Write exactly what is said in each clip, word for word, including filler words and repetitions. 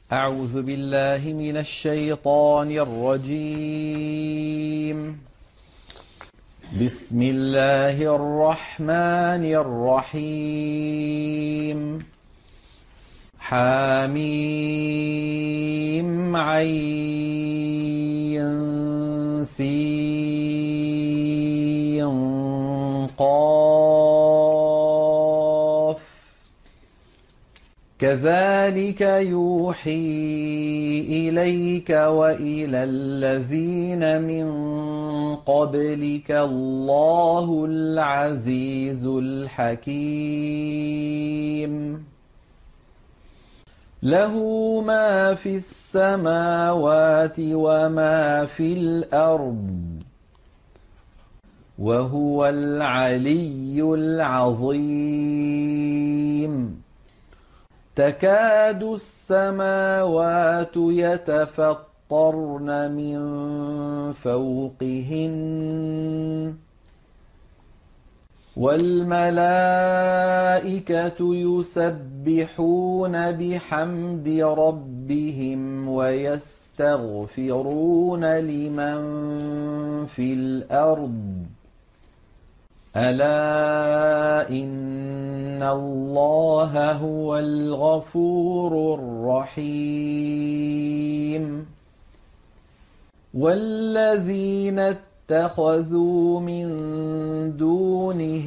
أعوذ بالله من الشيطان الرجيم. بسم الله الرحمن الرحيم. حميم عين سين قاف. كذلك يوحي إليك وإلى الذين من قبلك الله العزيز الحكيم. له ما في السماوات وما في الأرض وهو العلي العظيم. تكاد السماوات يتفطرن من فوقهن والملائكة يسبحون بحمد ربهم ويستغفرون لمن في الأرض ألا إن الله هو الغفور الرحيم. والذين اتخذوا من دونه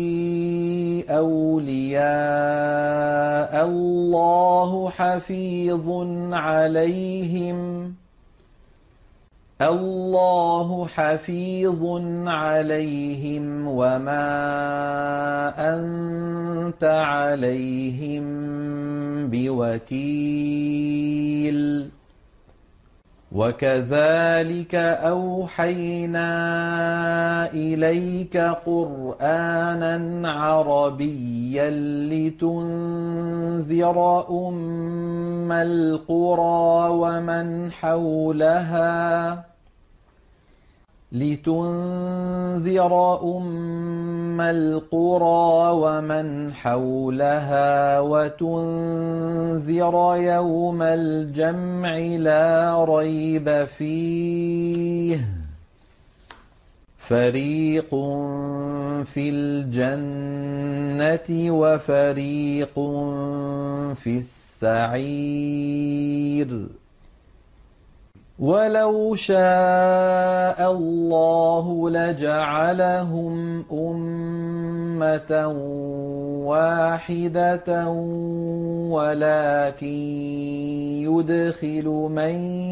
أولياء الله حفيظ عليهم الله حفيظ عليهم وما أنت عليهم بوكيل. وكذلك أوحينا إليك قرآنا عربيا لتنذر أم القرى ومن حولها لتنذر أم القرى ومن حولها وتنذر يوم الجمع لا ريب فيه. فريق في الجنة وفريق في السعير. ولو شاء الله لجعلهم أمة واحدة ولكن يدخل من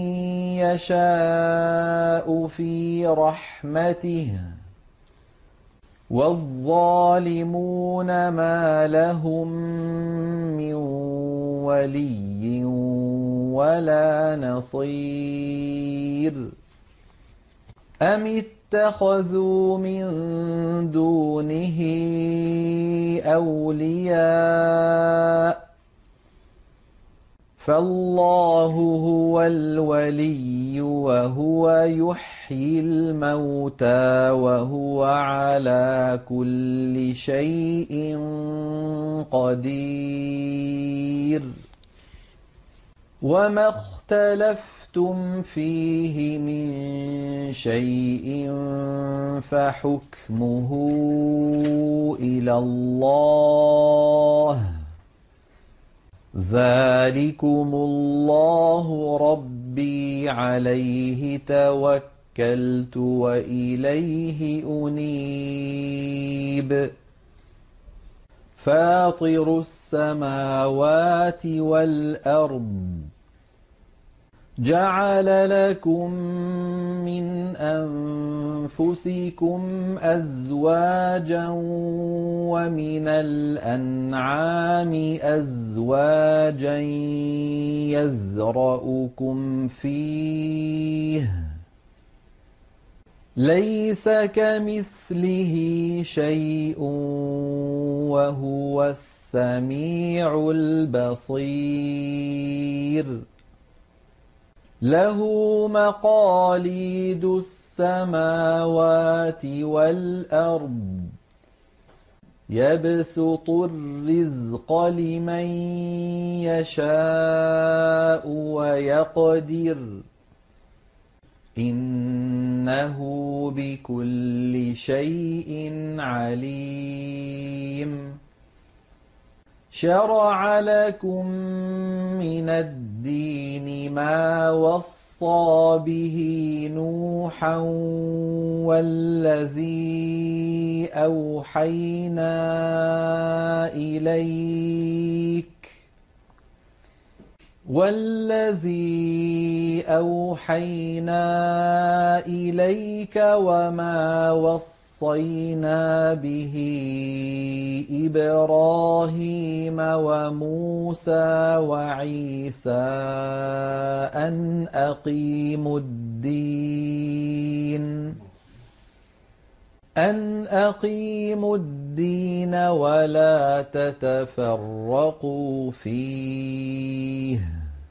يشاء في رحمته والظالمون ما لهم من ولي ولا نصير. أم اتخذوا من دونه أولياء فالله هو الولي وهو يحيي الموتى وهو على كل شيء قدير. وما اختلفتم فيه من شيء فحكمه إلى الله. ذلكم الله ربي عليه توكلت وإليه أنيب. فاطر السماوات والأرض جعل لكم من أنفسكم أزواجا ومن الأنعام أزواجا يذرأكم فيه ليس كمثله شيء وهو السميع البصير. له مقاليد السماوات والأرض يبسط الرزق لمن يشاء يقدر إنه بكل شيء عليم شرع لكم من الدين ما وصى به نوحا والذي أوحينا إليك والذي أوحينا إليك وما وصينا به إبراهيم وموسى وعيسى أن أقيموا الدين أن أقيموا الدين ولا تتفرقوا فيه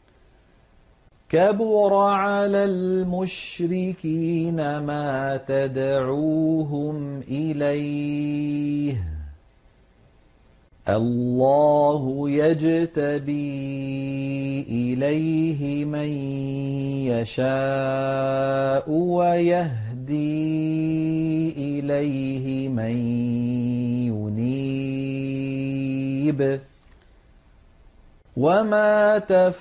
كبر على المشركين ما تدعوهم إليه الله يجتبي إليه من يشاء ويهدي إليه من ينيب وما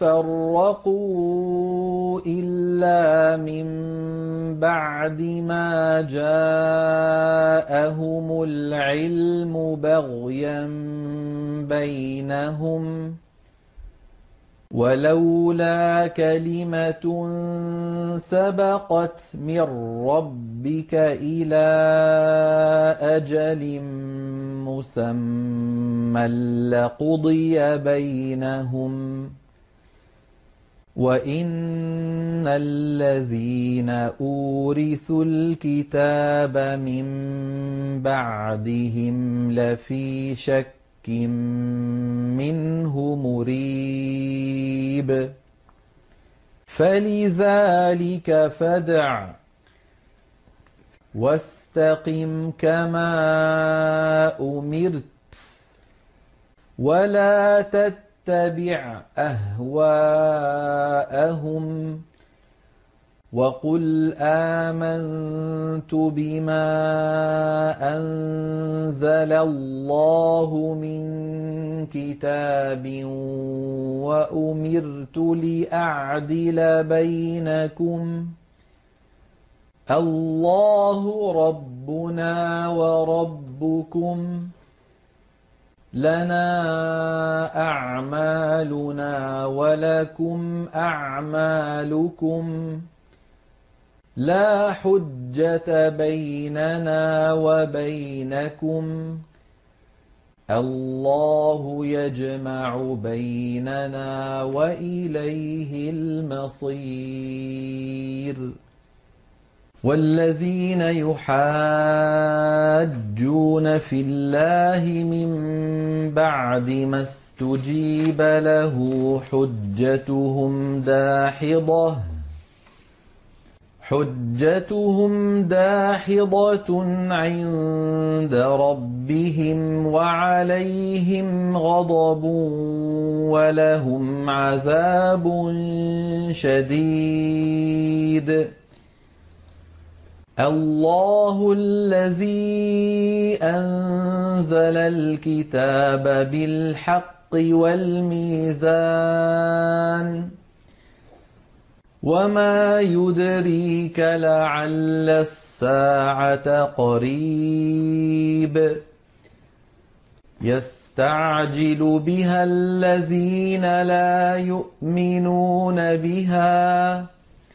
تفرقوا إلا من بعد ما جاءهم العلم بغيا بينهم ولولا كلمة سبقت من ربك إلى أجل مسمى لقضي بينهم وإن الذين أورثوا الكتاب من بعدهم لفي شك منه مريب فلذلك فادع واستقم كما أمرت ولا تتبع أهواءهم وقل آمنت بما أنزل الله من كتاب وأمرت لأعدل بينكم الله ربنا وربكم لنا أعمالنا ولكم أعمالكم لا حجة بيننا وبينكم الله يجمع بيننا وإليه المصير والذين يحاجون في الله من بعد ما استجيب له حجتهم داحضة حجتهم داحضة عند ربهم وعليهم غضب ولهم عذاب شديد الله الذي أنزل الكتاب بالحق والميزان وما يدريك لعل الساعة قريب يستعجل بها الذين لا يؤمنون بها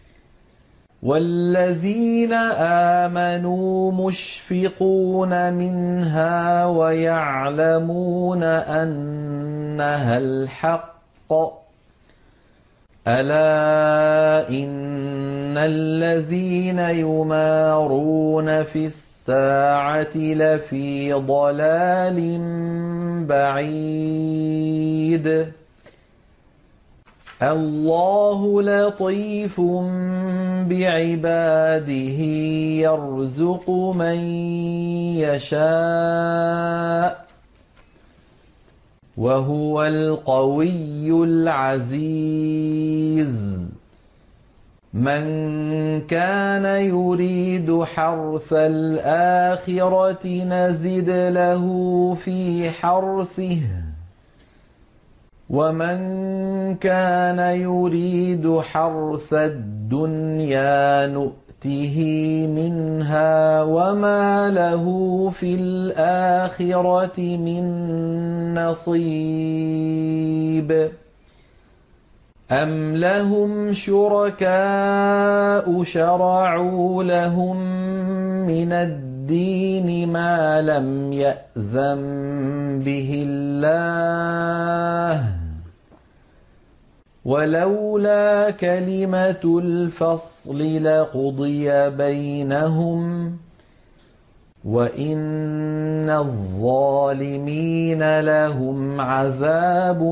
والذين آمنوا مشفقون منها ويعلمون أنها الحق ألا إن الذين يمارون في الساعة لفي ضلال بعيد الله لطيف بعباده يرزق من يشاء وهو القوي العزيز من كان يريد حرث الآخرة نزد له في حرثه ومن كان يريد حرث الدنيا نؤته منها وما له في الآخرة من نصيب أم لهم شركاء شرعوا لهم من الدين ما لم يأذن به الله ولولا كلمة الفصل لقضي بينهم وإن الظالمين لهم عذاب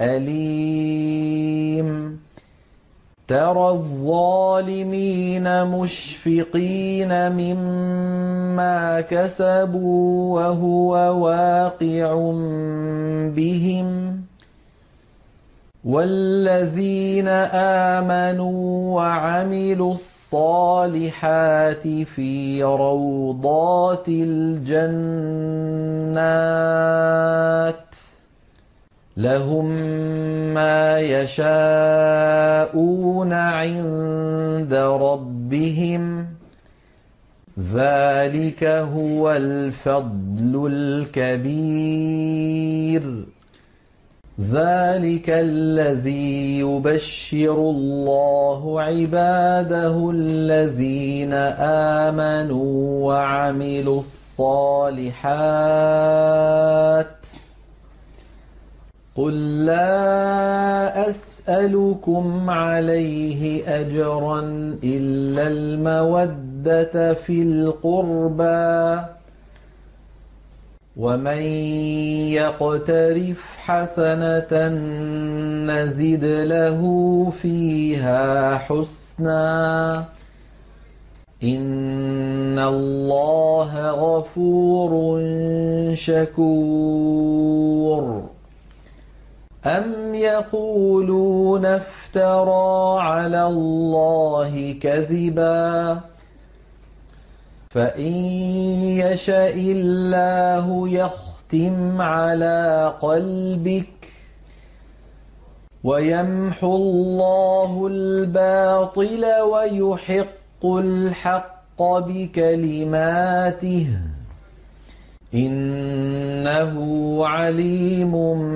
أليم ترى الظالمين مشفقين مما كسبوا وهو واقع بهم والذين آمنوا وعملوا الصالحات في روضات الجنات لهم ما يشاءون عند ربهم ذلك هو الفضل الكبير ذلك الذي يبشر الله عباده الذين آمنوا وعملوا الصالحات قل لا أسألكم عليه أجرا إلا المودة في القربى ومن يقترف حسنة نزد له فيها حسنا إن الله غفور شكور أم يقولون افترى على الله كذبا فإن يشاء الله يختم على قلبك ويمحو الله الباطل ويحق الحق بكلماته إنه عليم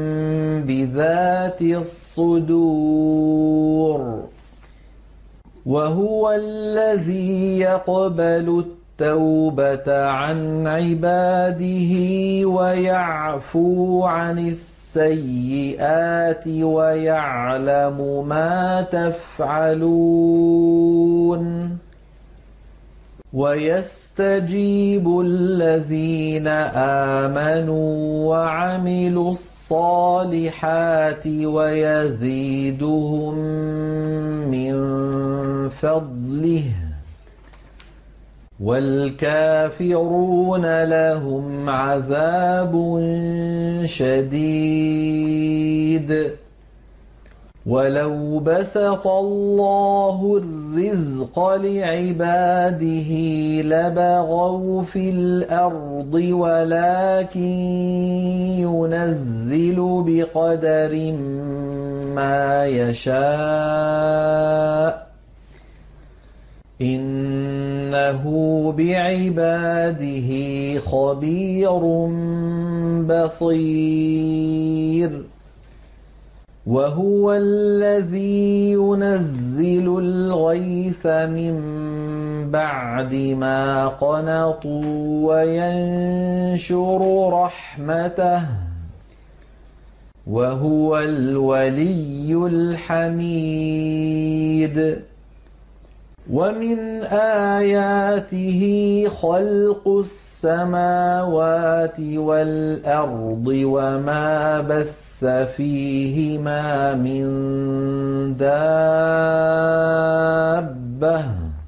بذات الصدور وهو الذي يقبل التوبة عن عباده ويعفو عن السيئات ويعلم ما تفعلون ويستجيب الذين آمنوا وعملوا الصالحات ويزيدهم من فضله والكافرون لهم عذاب شديد ولو بسط الله الرزق لعباده لبغوا في الأرض ولكن ينزل بقدر ما يشاء إنه بعباده خبير بصير وهو الذي ينزل الغيث من بعد ما قنطوا وينشر رحمته وهو الولي الحميد ومن آياته خلق السماوات والأرض وما بث فيهما من دابة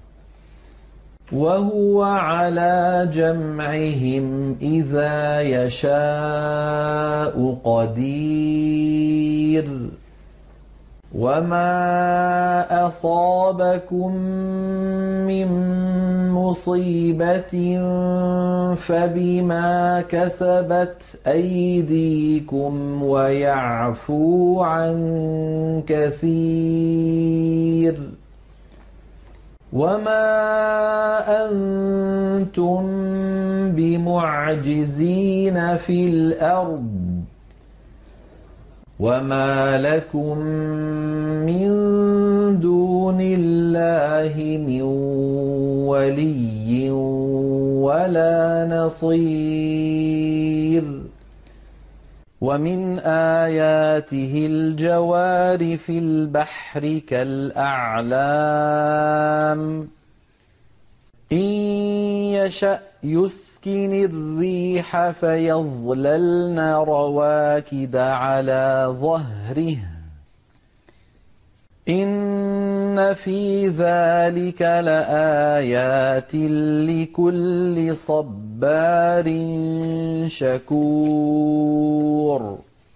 وهو على جمعهم إذا يشاء قدير وما أصابكم من مصيبة فبما كسبت أيديكم ويعفو عن كثير وما أنتم بمعجزين في الأرض وما لكم من دون الله من ولي ولا نصير ومن آياته الجوار في البحر كالأعلام إن يشأ يسكن الريح فيظللن رواكد على ظهره إن في ذلك لآيات لكل صبار شكور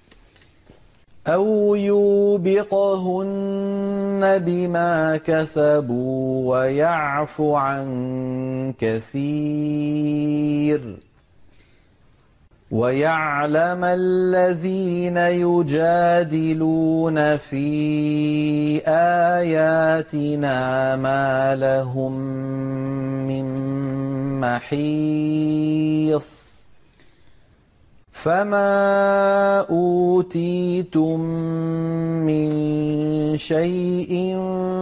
أو يوبقهن بما كسبوا ويعفو عن كثير ويعلم الذين يجادلون في آياتنا ما لهم من محيص فما أوتيتم من شيء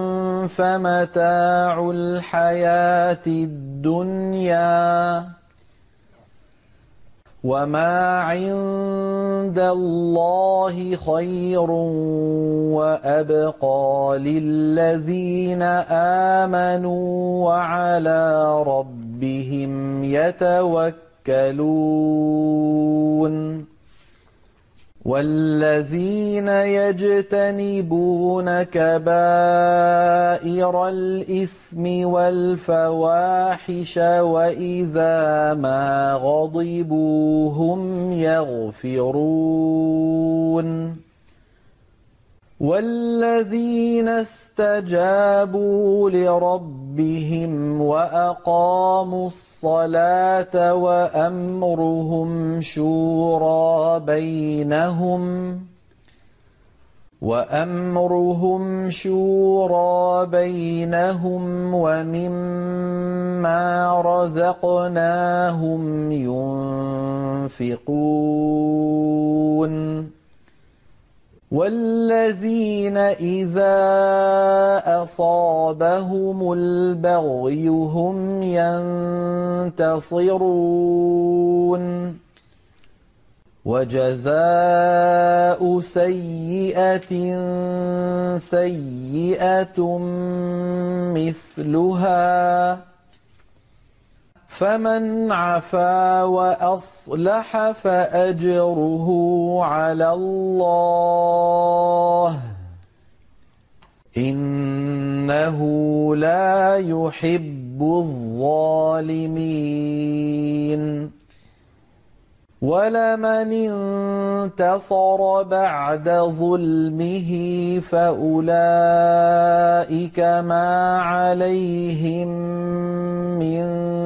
فمتاع الحياة الدنيا وما عند الله خير وأبقى للذين آمنوا وعلى ربهم يتوكلون والذين يجتنبون كبائر الإثم والفواحش وإذا ما غضبوا هم يغفرون والذين استجابوا لربهم وأقاموا الصلاة وأمرهم شورى بينهم وأمرهم شورى بينهم ومما رزقناهم ينفقون والذين إذا أصابهم البغي هم ينتصرون وجزاء سيئة سيئة مثلها فمن عفا وأصلح فأجره على الله إنه لا يحب الظالمين ولمن انتصر بعد ظلمه فأولئك ما عليهم من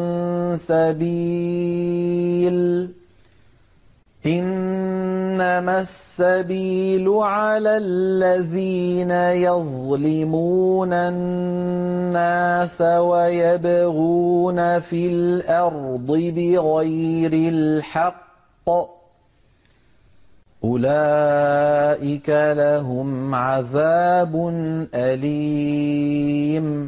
سبيل إنما السبيل على الذين يظلمون الناس ويبغون في الأرض بغير الحق أولئك لهم عذاب أليم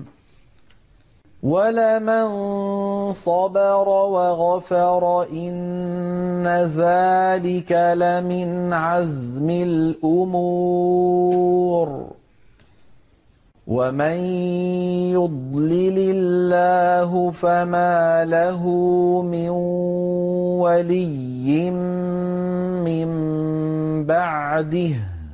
ولمن صبر وغفر إن ذلك لمن عزم الأمور ومن يضلل الله فما له من ولي من بعده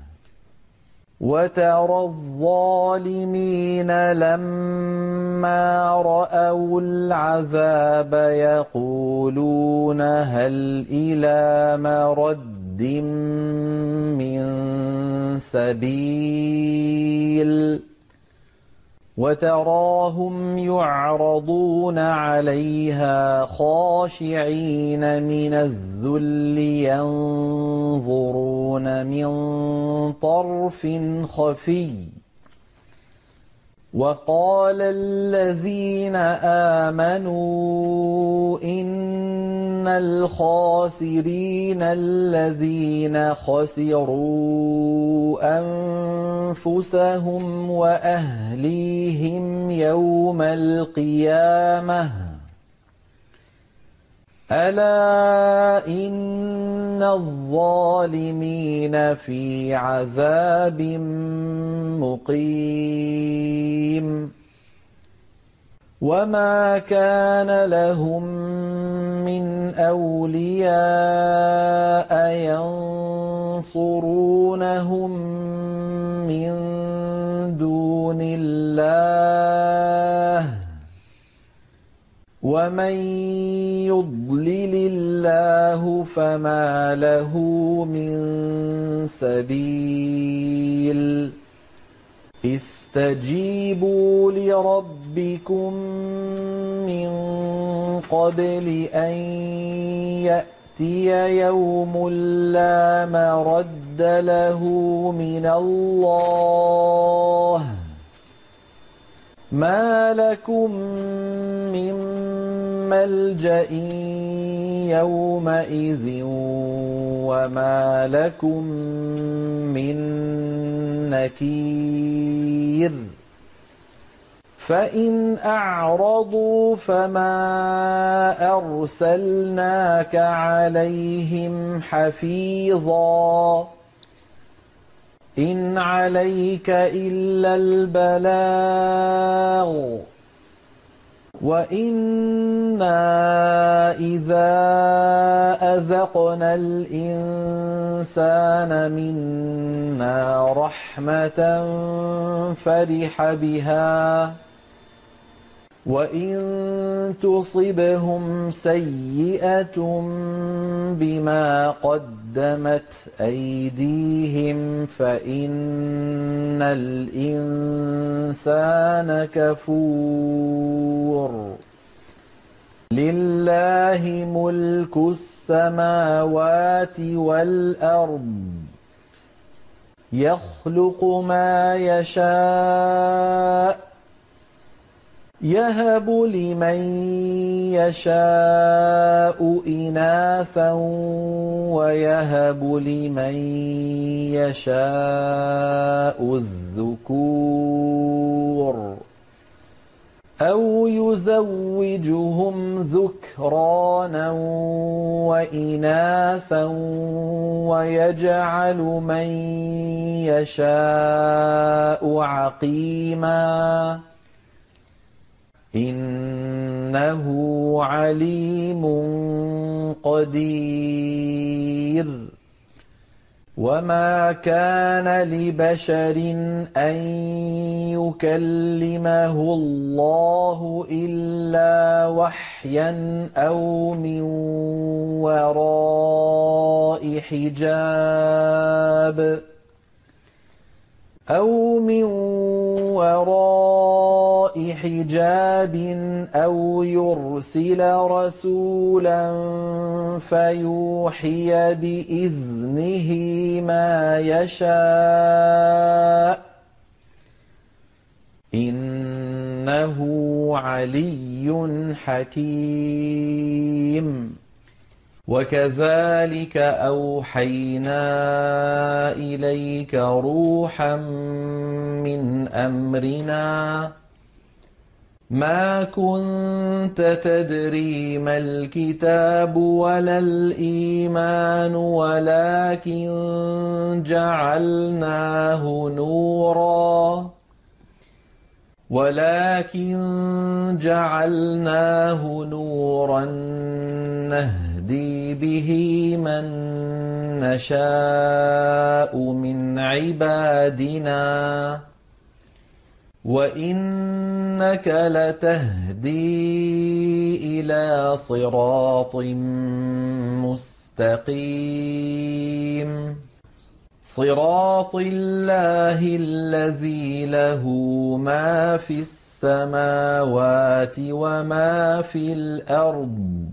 وترى الظالمين لما رأوا العذاب يقولون هل إلى مرد من سبيل وتراهم يعرضون عليها خاشعين من الذل ينظرون من طرف خفي وقال الذين آمنوا إن الخاسرين الذين خسروا أنفسهم وأهليهم يوم القيامة ألا إن الظالمين في عذاب مقيم وما كان لهم من أولياء ينصرونهم من دون الله ومن يضلل الله فما له من سبيل استجيبوا لربكم من قبل أن يأتي يوم لا مرد له من الله ما لكم من ملجأ يومئذ وما لكم من نكير فإن أعرضوا فما أرسلناك عليهم حفيظا إن عليك إلا البلاغ وإنا إذا أذقنا الإنسان منا رحمة فرح بها وإن تصبهم سيئة بما قدمت أيديهم فإن الإنسان كفور لله ملك السماوات والأرض يخلق ما يشاء يهب لمن يشاء إناثا ويهب لمن يشاء الذكور أو يزوجهم ذكرانا وإناثا ويجعل من يشاء عقيما إنه عليم قدير وما كان لبشر أن يكلمه الله إلا وحيا أو من وراء حجاب أو من وراء حجاب أو يرسل رسولا فيوحي بإذنه ما يشاء إنه علي حكيم وكذلك أوحينا إليك روحا من أمرنا ما كنت تدري ما الكتاب ولا الإيمان ولكن جعلناه نورا ولكن جعلناه نورا نهدي به من نشاء من عبادنا وإنك لتهدي إلى صراط مستقيم صراط الله الذي له ما في السماوات وما في الأرض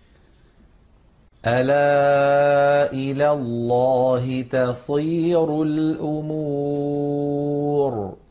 ألا إلى الله تصير الأمور